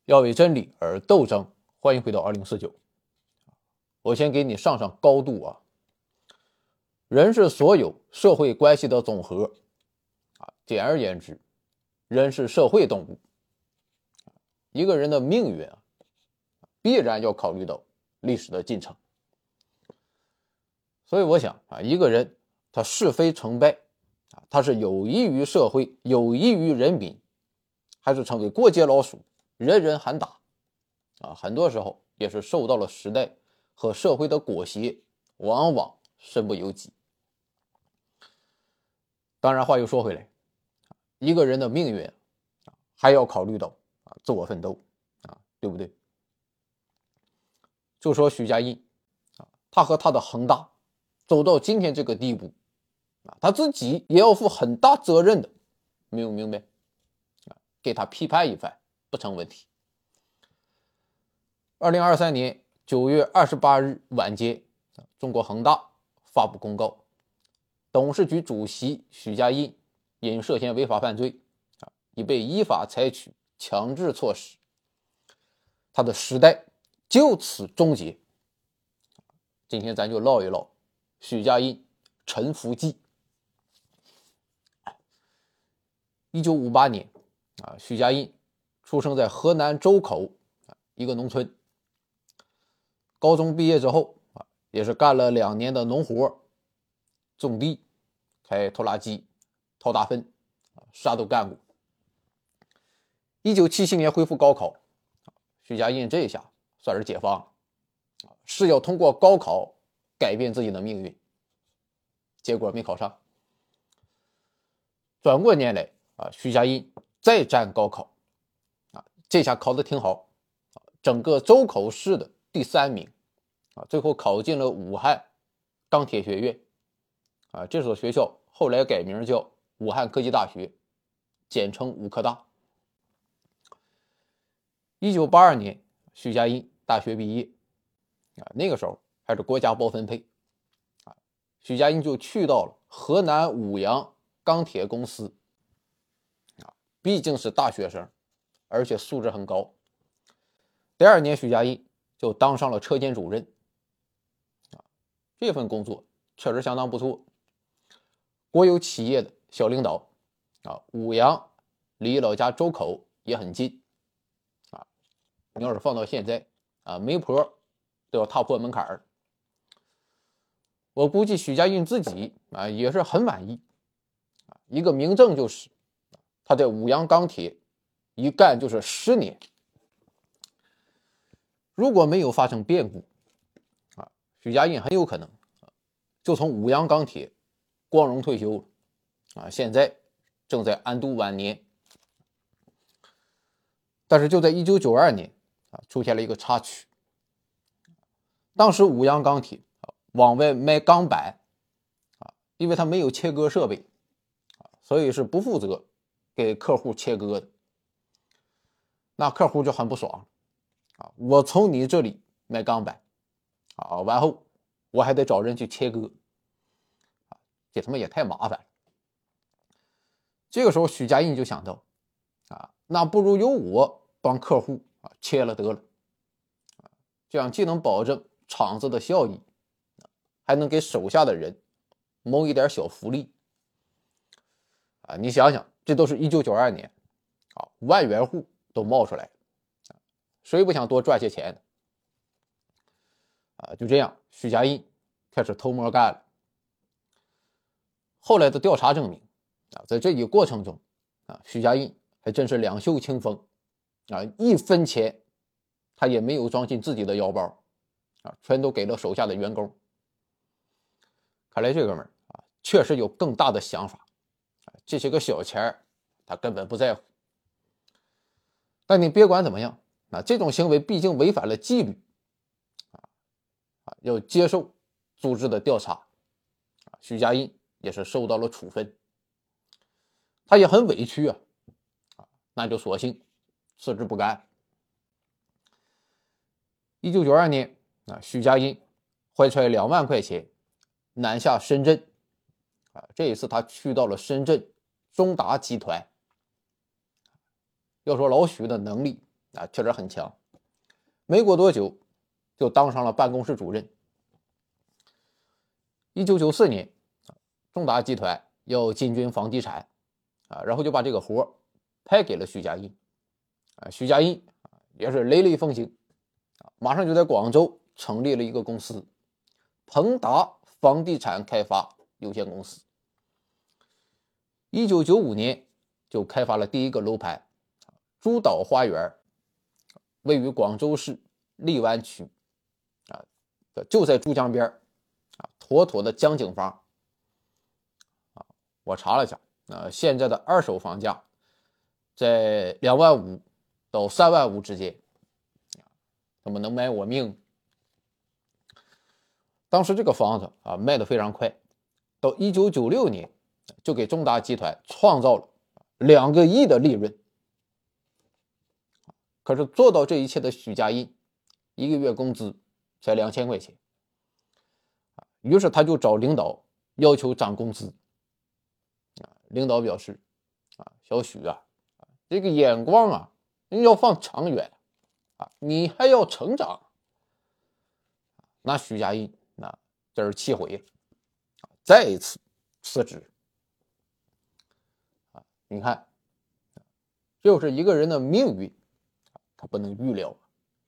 要为真理而斗争。欢迎回到2049。我先给你上上高度啊。人是所有社会关系的总和简而言之，人是社会动物。一个人的命运必然要考虑到历史的进程。所以我想一个人他是非成败他是有益于社会，有益于人民，还是成为过街老鼠，人人喊打很多时候也是受到了时代和社会的裹挟，往往身不由己。当然话又说回来，一个人的命运还要考虑到自我奋斗对不对？就说许家印他和他的恒大走到今天这个地步他自己也要负很大责任的，明不明白？给他批判一番不成问题。2023年9月28日晚间，中国恒大发布公告，董事局主席许家印因涉嫌违法犯罪已被依法采取强制措施，他的时代就此终结。今天咱就唠一唠许家印沉浮记。1958年许家印出生在河南周口一个农村。高中毕业之后也是干了2年的农活，种地、开拖拉机、掏大粪，啥都干过。1977年恢复高考，许家印这一下算是解放了，是要通过高考改变自己的命运，结果没考上。转过年来许家印再战高考这下考得挺好，整个周口市的第3名最后考进了武汉钢铁学院这所学校后来改名叫武汉科技大学，简称武科大。1982年许家印大学毕业那个时候还是国家包分配许家印就去到了河南舞阳钢铁公司毕竟是大学生，而且素质很高。第2年许家印就当上了车间主任这份工作确实相当不错，国有企业的小领导舞阳离老家周口也很近你要是放到现在媒婆都要踏破门槛我估计许家印自己也是很满意一个明证就是他在舞阳钢铁一干就是10年。如果没有发生变故许家印很有可能就从舞阳钢铁光荣退休了现在正在安度晚年。但是就在1992年出现了一个插曲，当时舞阳钢铁往外卖钢板因为他没有切割设备所以是不负责给客户切割的。那客户就很不爽我从你这里买钢板完后我还得找人去切割这他妈也太麻烦了。这个时候许家印就想到那不如由我帮客户切了得了这样既能保证厂子的效益，还能给手下的人谋一点小福利你想想这都是1992年万元户都冒出来谁不想多赚些钱就这样许家印开始偷摸干了。后来的调查证明在这一过程中许家印还真是两袖清风1分钱他也没有装进自己的腰包全都给了手下的员工。看来这哥们儿确实有更大的想法这些个小钱他根本不在乎。但你别管怎么样这种行为毕竟违反了纪律要接受组织的调查许家印也是受到了处分。他也很委屈那就索性辞职不干。1992年许家印怀揣2万块钱南下深圳这一次他去到了深圳中达集团。要说老许的能力确实很强。没过多久就当上了办公室主任。1994年，中达集团要进军房地产然后就把这个活派给了许家印。许家印也是雷厉风行，马上就在广州成立了一个公司，鹏达房地产开发有限公司。1995年就开发了第一个楼盘珠岛花园，位于广州市荔湾区就在珠江边妥妥的江景房我查了一下现在的二手房价在2万5到3万5之间，怎么能买我命？当时这个房子卖得非常快，到1996年就给中达集团创造了2个亿的利润。可是做到这一切的许家印一个月工资才2000块钱，于是他就找领导要求涨工资。领导表示小许这个眼光你要放长远你还要成长。那许家印这是气毁了，再一次辞职。你看，就是一个人的命运他不能预料。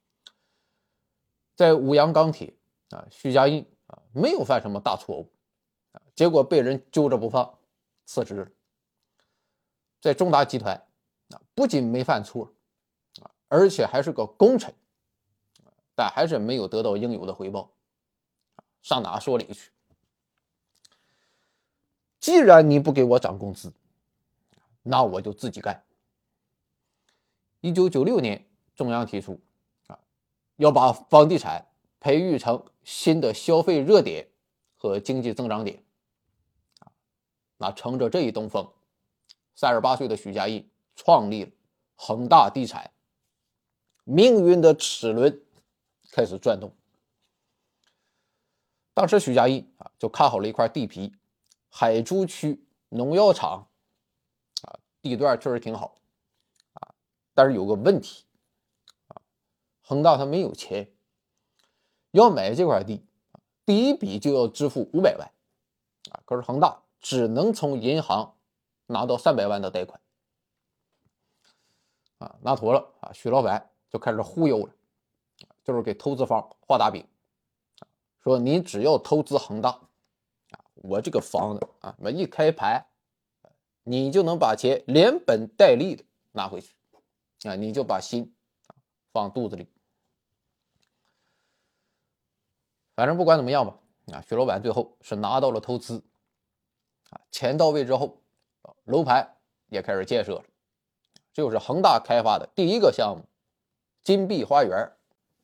在五羊钢铁许家印没有犯什么大错误结果被人揪着不放，辞职了。在中达集团不仅没犯错而且还是个功臣，但还是没有得到应有的回报。上哪说理去？既然你不给我涨工资，那我就自己干。1996年中央提出要把房地产培育成新的消费热点和经济增长点。那乘着这一东风，38岁的许家印创立了恒大地产，命运的齿轮开始转动。当时许家印就看好了一块地皮，海珠区农药厂地段确实挺好但是有个问题恒大他没有钱，要买这块地第一笔就要支付500万可是恒大只能从银行拿到300万的贷款拿妥了许老板就开始忽悠了，就是给投资方画大饼，说你只要投资恒大我这个房子我一开盘你就能把钱连本带利的拿回去你就把心放肚子里。反正不管怎么样吧许老板最后是拿到了投资钱到位之后楼盘也开始建设了，这就是恒大开发的第一个项目金碧花园。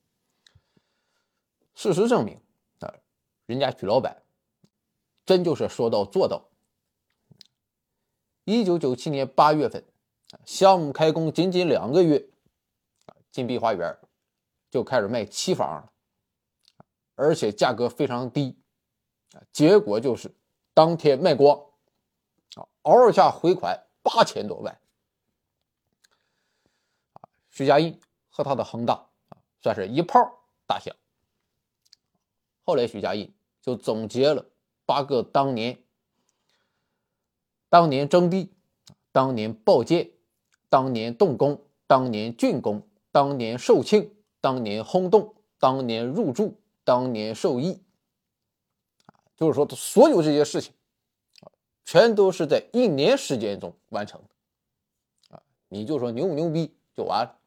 事实证明人家许老板真就是说到做到。1997年8月份项目开工仅仅2个月金碧花园就开始卖期房了，而且价格非常低，结果就是当天卖光嗷下回款8000多万。许家印和他的恒大算是一炮打响。后来许家印就总结了8个当年征地，当年报建，当年动工，当年竣工，当年售罄，当年轰动，当年入住，当年受益。就是说所有这些事情全都是在1年时间中完成的你就说牛不牛逼就完了。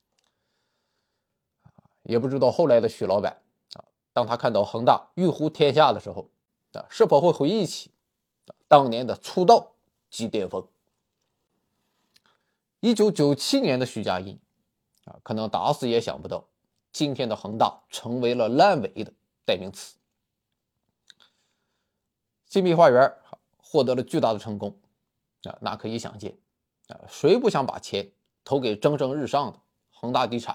也不知道后来的许老板当他看到恒大玉壶天下的时候是否会回忆起当年的出道即巅峰。1997年的许家印可能打死也想不到今天的恒大成为了烂尾的代名词。金碧花园获得了巨大的成功那可以想见谁不想把钱投给蒸蒸日上的恒大地产。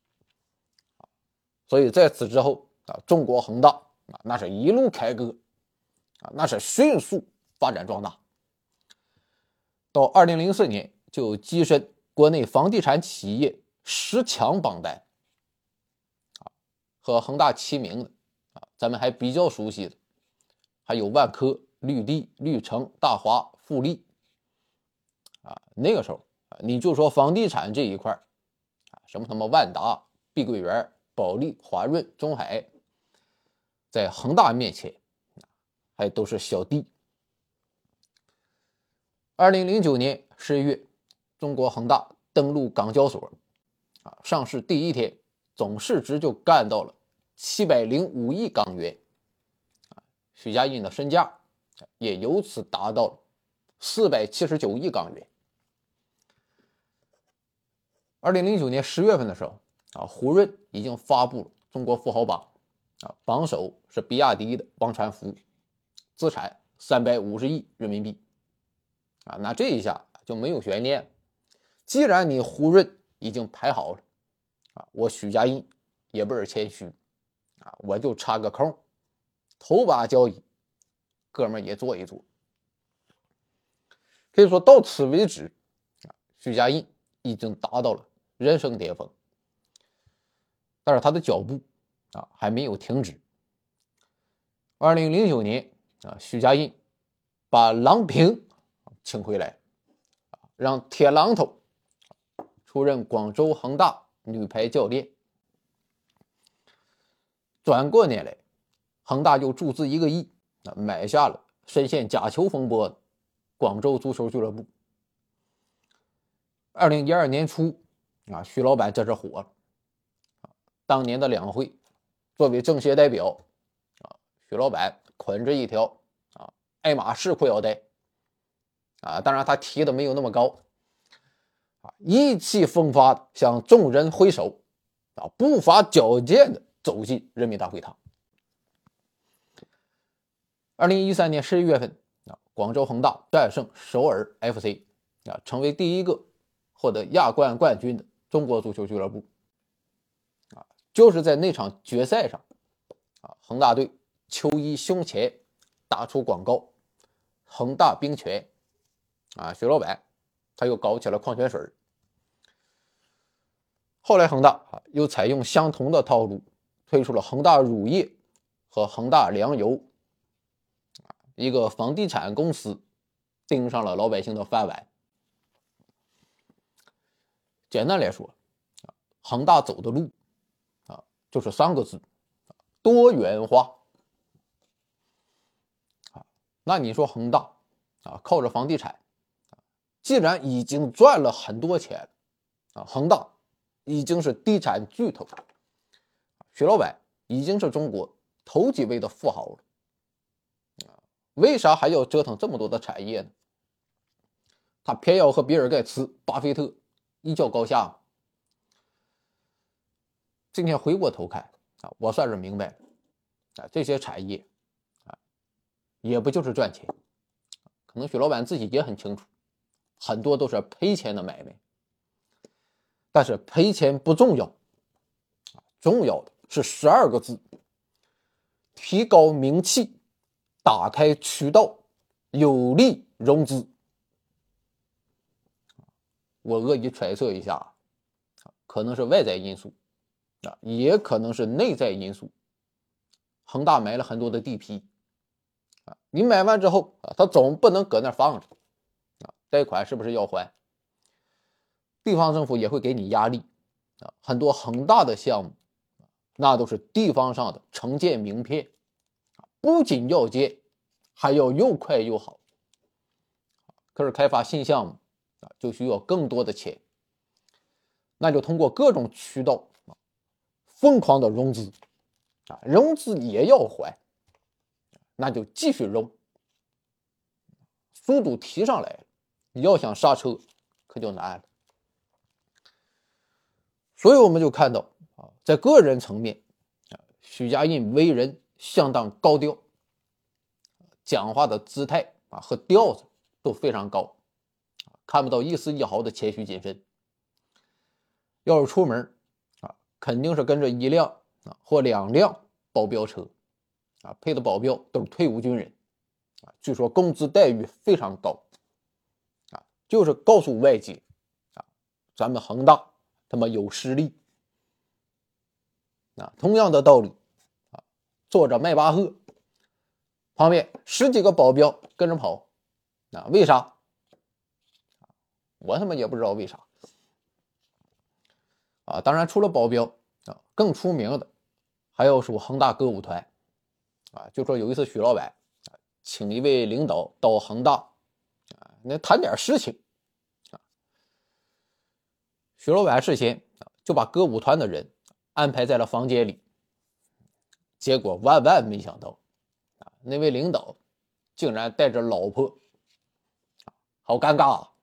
所以在此之后中国恒大那是一路开割那是迅速发展壮大。到2004年就跻身国内房地产企业十强榜单和恒大齐名的咱们还比较熟悉的还有万科、绿地、绿城、大华、富力那个时候你就说房地产这一块什么万达、碧桂园、保利、华润、中海，在恒大面前还都是小弟。2009年11月，中国恒大登陆港交所上市第一天，总市值就干到了705亿港元，许家印的身价也由此达到了479亿港元。2009年10月份的时候胡润已经发布了中国富豪榜榜首是比亚迪的王传福，资产350亿人民币那这一下就没有悬念。既然你胡润已经排好了我许家印也不是谦虚我就插个空，头把交椅，哥们也做一做。可以说到此为止许家印已经达到了人生巅峰，但是他的脚步还没有停止。2009年许家印把郎平请回来，让铁榔头出任广州恒大女排教练。转过年来，恒大又注资1个亿买下了深陷假球风波的广州足球俱乐部。2012年初许老板这是火了当年的两会，作为政协代表许老板捆着一条爱马仕裤腰带当然他提的没有那么高意气风发的向众人挥手步伐矫健的走进人民大会堂。2013年11月份广州恒大战胜首尔 FC 成为第一个获得亚冠冠军的中国足球俱乐部就是在那场决赛上恒大队球衣胸前打出广告恒大冰泉许老板他又搞起了矿泉水。后来恒大又采用相同的套路，推出了恒大乳业和恒大粮油，一个房地产公司盯上了老百姓的饭碗。简单来说恒大走的路就是3个字，多元化那你说恒大靠着房地产既然已经赚了很多钱恒大已经是地产巨头，许老板已经是中国头几位的富豪了为啥还要折腾这么多的产业呢？他偏要和比尔盖茨、巴菲特一较高下吗？今天回过头看我算是明白了这些产业也不就是赚钱，可能许老板自己也很清楚很多都是赔钱的买卖，但是赔钱不重要重要的是12个字，提高名气，打开渠道，有力融资。我恶意揣测一下可能是外在因素也可能是内在因素。恒大买了很多的地皮你买完之后他总不能搁那放着贷款是不是要还？地方政府也会给你压力很多恒大的项目那都是地方上的城建名片不仅要建还要又快又好。可是开发新项目就需要更多的钱，那就通过各种渠道疯狂的融资融资也要还，那就继续融，速度提上来了，你要想刹车可就难了。所以我们就看到在个人层面许家印为人相当高调，讲话的姿态和调子都非常高，看不到一丝一毫的谦虚谨慎。要是出门肯定是跟着1辆或2辆保镖车配的保镖都是退伍军人据说工资待遇非常高就是告诉外界咱们恒大他妈有实力。同样的道理坐着迈巴赫，旁边10几个保镖跟着跑，为啥？我他妈也不知道为啥。当然除了保镖更出名的还要数恒大歌舞团。就说有一次许老板请一位领导到恒大那谈点事情。许老板事先就把歌舞团的人安排在了房间里，结果万万没想到那位领导竟然带着老婆，好尴尬啊。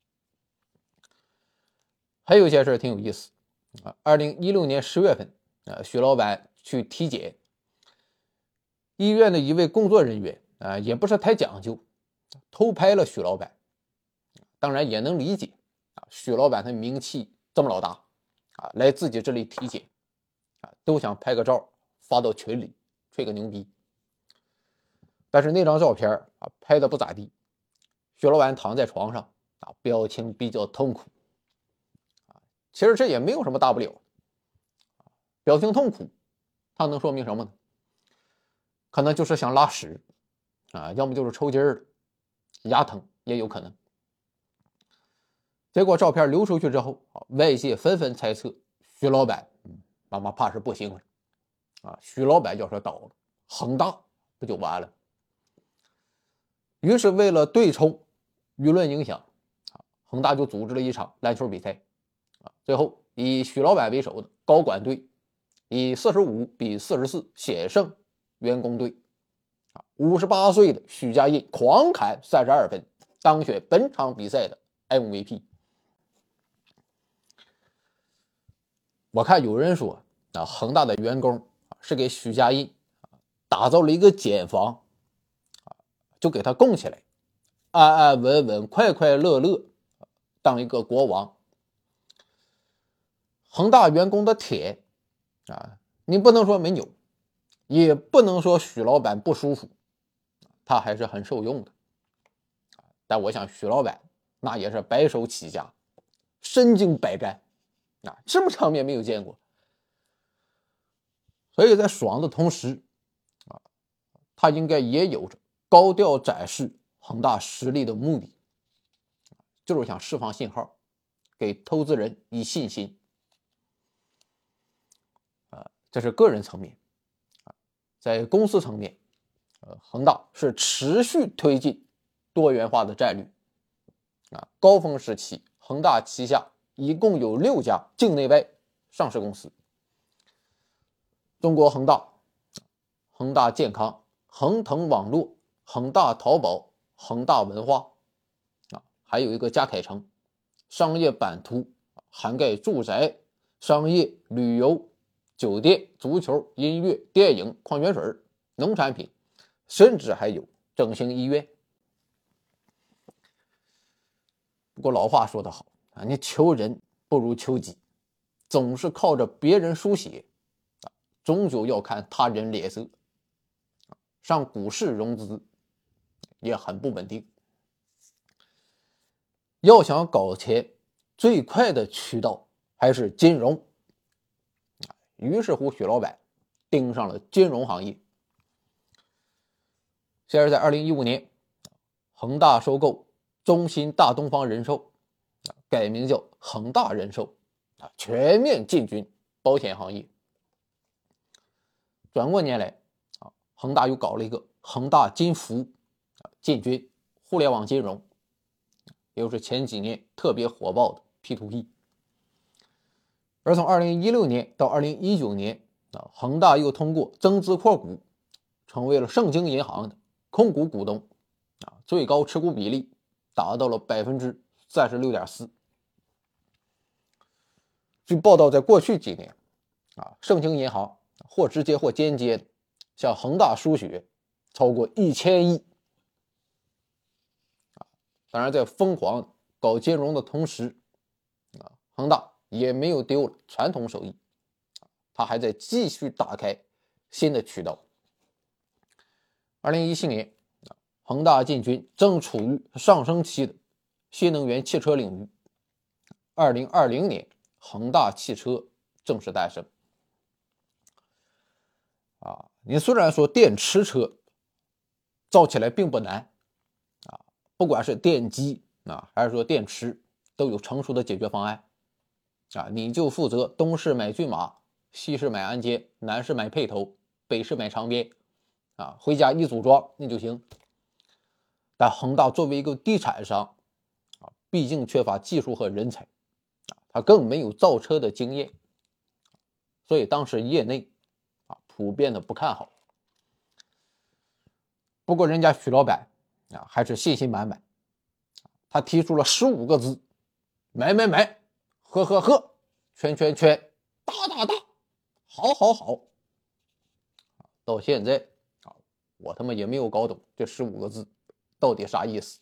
还有一些事挺有意思2016年10月份许老板去体检，医院的一位工作人员也不是太讲究，偷拍了许老板。当然也能理解许老板他名气这么老大来自己这里体检都想拍个照发到群里吹个牛逼。但是那张照片拍的不咋地，许老板躺在床上表情比较痛苦。其实这也没有什么大不了，表情痛苦它能说明什么呢？可能就是想拉屎要么就是抽筋了，牙疼也有可能。结果照片流出去之后外界纷纷猜测许老板妈妈怕是不行了许老板要是倒了，恒大不就完了？于是为了对冲舆论影响恒大就组织了一场篮球比赛最后以许老板为首的高管队以45-44险胜员工队58岁的许家印狂砍32分，当选本场比赛的 MVP。我看有人说恒大的员工是给许家印打造了一个茧房就给他供起来，安安稳稳快快乐乐当一个国王。恒大员工的铁你不能说没有，也不能说许老板不舒服，他还是很受用的。但我想许老板那也是白手起家，身经百战这么场面没有见过。所以在爽的同时他应该也有着高调展示恒大实力的目的，就是想释放信号，给投资人以信心。这是个人层面。在公司层面恒大是持续推进多元化的战略高峰时期恒大旗下一共有6家境内外上市公司，中国恒大、恒大健康、恒腾网络、恒大淘宝、恒大文化还有一个嘉凯城，商业版图涵盖住宅、商业、旅游、酒店、足球、音乐、电影、矿泉水、农产品，甚至还有整形医院。不过老话说得好你求人不如求己，总是靠着别人输血终究要看他人脸色。上股市融资也很不稳定，要想搞钱最快的渠道还是金融。于是乎许老板盯上了金融行业。先是在2015年恒大收购中信大东方人寿改名叫恒大人寿全面进军保险行业。转过年来恒大又搞了一个恒大金服进军互联网金融，也就是前几年特别火爆的 P2P。 而从2016年到2019年恒大又通过增资扩股成为了盛京银行的控股股东最高持股比例达到了 36.4%。 据报道在过去几年盛京银行或直接或间接的向恒大输血超过1000亿。当然在疯狂搞金融的同时恒大也没有丢了传统手艺，他还在继续打开新的渠道。2017年恒大进军正处于上升期的新能源汽车领域。2020年恒大汽车正式诞生。你虽然说电池车造起来并不难不管是电机还是说电池，都有成熟的解决方案你就负责东市买骏马，西市买鞍鞯，南市买配头，北市买长鞭回家一组装那就行。但恒大作为一个地产商毕竟缺乏技术和人才他更没有造车的经验，所以当时业内普遍的不看好。不过人家许老板还是信心满满，他提出了15个字：买买买，喝喝喝，圈圈圈，大大大，好好好。到现在我他妈也没有搞懂这15个字到底啥意思。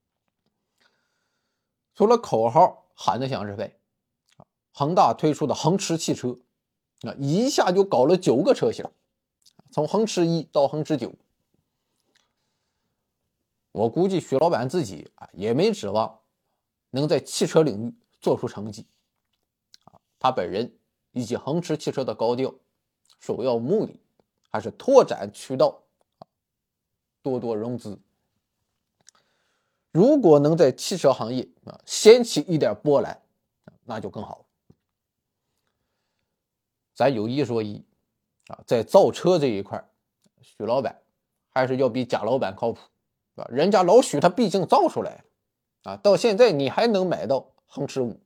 除了口号喊得响之外，恒大推出的恒驰汽车一下就搞了9个车型，从恒驰1到恒驰9。我估计许老板自己也没指望能在汽车领域做出成绩他本人以及恒驰汽车的高调首要目的还是拓展渠道，多多融资。如果能在汽车行业掀起一点波澜那就更好。咱有一说一在造车这一块许老板还是要比贾老板靠谱人家老许他毕竟造出来到现在你还能买到恒驰5。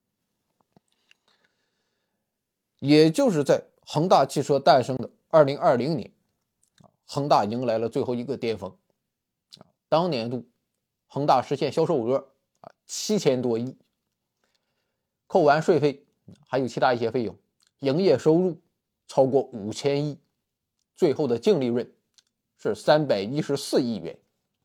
也就是在恒大汽车诞生的2020年，恒大迎来了最后一个巅峰当年度恒大实现销售额7000多亿，扣完税费还有其他一些费用，营业收入超过5000亿，最后的净利润是314亿元。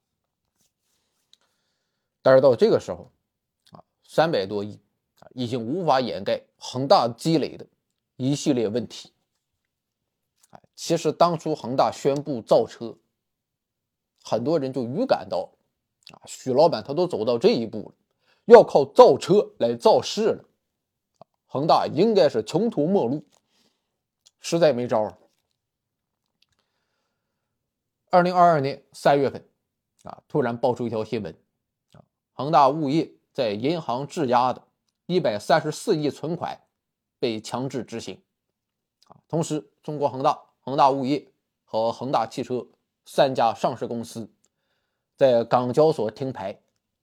但是到这个时候300多亿已经无法掩盖恒大积累的一系列问题。其实当初恒大宣布造车，很多人就预感到许老板他都走到这一步了，要靠造车来造势了，恒大应该是穷途末路，实在没招了。2022年3月份突然爆出一条新闻恒大物业在银行质押的134亿存款被强制执行同时中国恒大、恒大物业和恒大汽车3家上市公司在港交所停牌。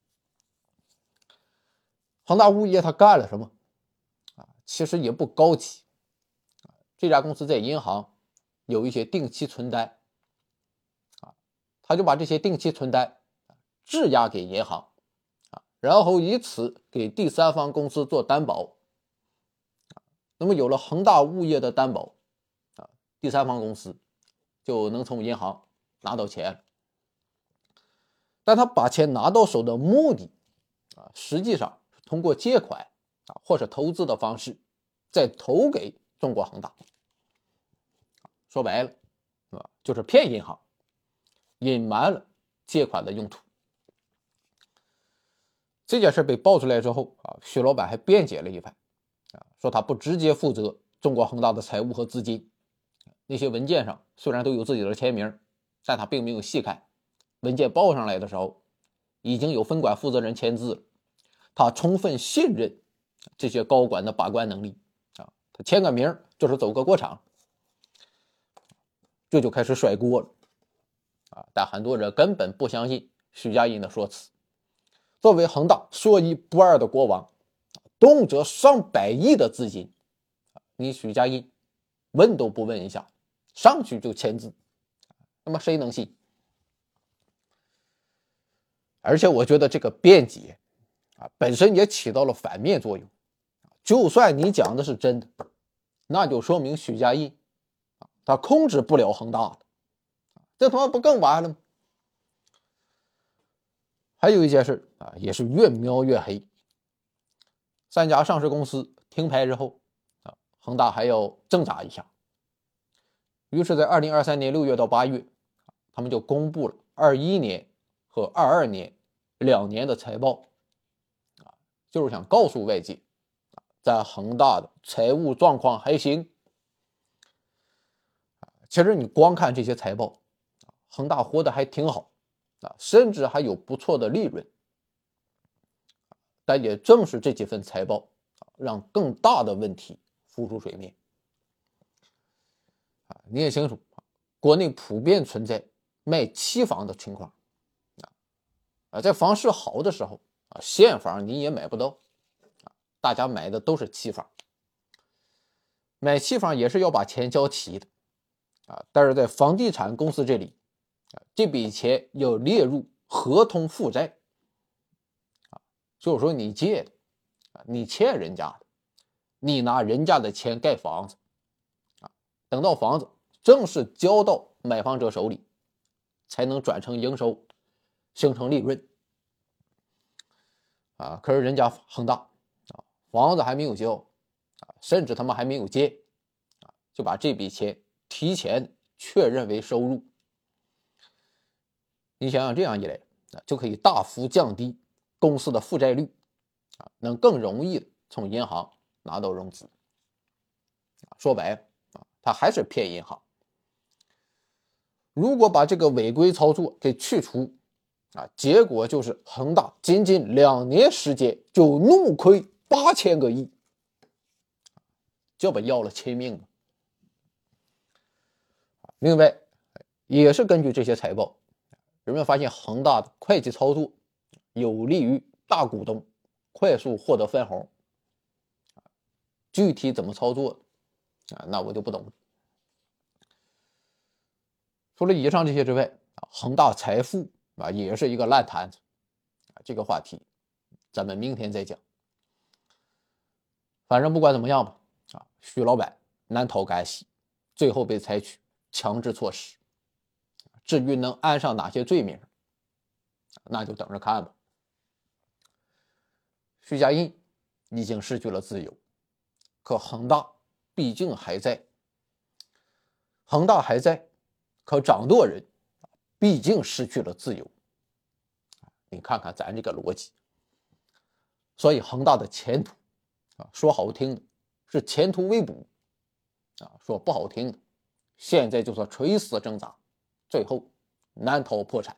恒大物业他干了什么其实也不高级这家公司在银行有一些定期存单他就把这些定期存单质押给银行然后以此给第三方公司做担保那么有了恒大物业的担保第三方公司就能从银行拿到钱了。但他把钱拿到手的目的实际上是通过借款或是投资的方式再投给中国恒大，说白了就是骗银行，隐瞒了借款的用途。这件事被爆出来之后许老板还辩解了一番说他不直接负责中国恒大的财务和资金，那些文件上虽然都有自己的签名，但他并没有细看，文件报上来的时候已经有分管负责人签字了，他充分信任这些高管的把关能力他签个名就是走个过场，这就开始甩锅了但很多人根本不相信许家印的说辞。作为恒大说一不二的国王，动辄上百亿的资金你许家印问都不问一下上去就签字，那么谁能信？而且我觉得这个辩解本身也起到了反面作用，就算你讲的是真的，那就说明许家印他控制不了恒大了，这他妈不更完了吗？还有一件事也是越描越黑。3家上市公司停牌之后恒大还要挣扎一下，于是在2023年6月到8月他们就公布了21年和22年2年的财报就是想告诉外界在恒大的财务状况还行。其实你光看这些财报，恒大活得还挺好，甚至还有不错的利润。但也正是这几份财报，让更大的问题浮出水面。你也清楚，国内普遍存在卖期房的情况。在房市好的时候，现房你也买不到，大家买的都是期房。买期房也是要把钱交齐的，但是在房地产公司这里，这笔钱要列入合同负债，就是说你借的，你欠人家的，你拿人家的钱盖房子，等到房子正式交到买房者手里，才能转成营收，形成利润。可是人家恒大房子还没有交，甚至他们还没有借，就把这笔钱提前确认为收入。你想想，这样一来，就可以大幅降低公司的负债率，能更容易的从银行拿到融资。说白了，他还是骗银行。如果把这个违规操作给去除，结果就是恒大仅仅2年时间就怒亏8000个亿，这不要了亲命吗？另外，也是根据这些财报，人们发现恒大的会计操作有利于大股东快速获得分红。具体怎么操作那我就不懂了。除了以上这些之外，恒大财富也是一个烂摊子。这个话题咱们明天再讲。反正不管怎么样吧，徐老板难逃干系，最后被采取强制措施。至于能安上哪些罪名，那就等着看吧。徐家印已经失去了自由，可恒大毕竟还在。恒大还在，可掌舵人毕竟失去了自由。你看看咱这个逻辑。所以恒大的前途说好听的是前途未卜，说不好听的现在就是垂死挣扎，最后难逃破产。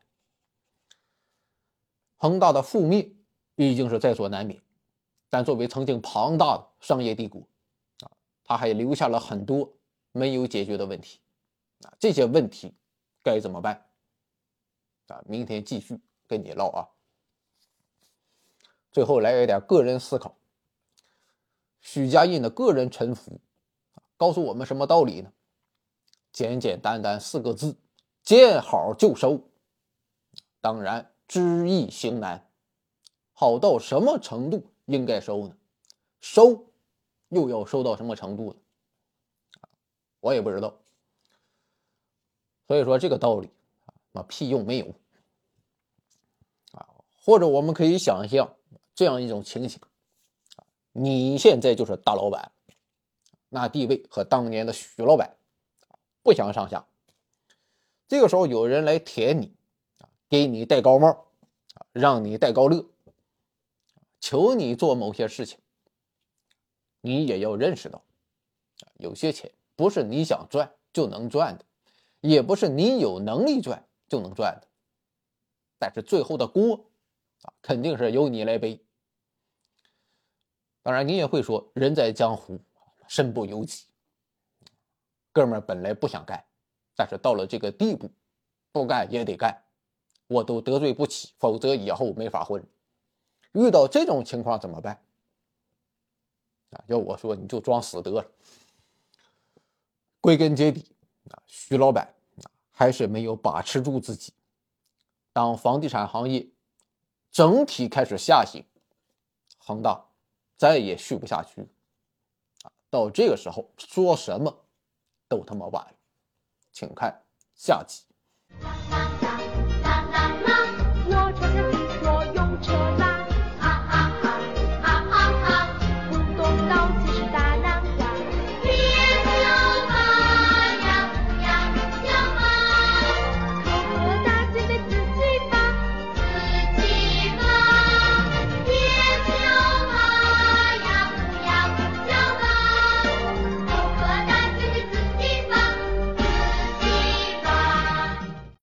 恒大的覆灭已经是在所难免，但作为曾经庞大的商业帝国，它还留下了很多没有解决的问题。这些问题该怎么办？明天继续跟你唠啊。最后来一点个人思考。许家印的个人沉浮告诉我们什么道理呢？简简单单4个字：见好就收。当然知易行难，好到什么程度应该收呢？收又要收到什么程度呢？我也不知道。所以说这个道理屁用没有。或者我们可以想象这样一种情形，你现在就是大老板，那地位和当年的许老板不相上下。这个时候有人来舔你，给你戴高帽，让你戴高乐，求你做某些事情，你也要认识到，有些钱不是你想赚就能赚的，也不是你有能力赚就能赚的，但是最后的锅肯定是由你来背。当然你也会说，人在江湖身不由己，哥们儿本来不想干，但是到了这个地步，不干也得干，我都得罪不起，否则以后没法混。遇到这种情况怎么办？要我说你就装死得了。归根结底，徐老板还是没有把持住自己。当房地产行业整体开始下行，恒大再也续不下去，到这个时候说什么都他妈晚了。请看下集。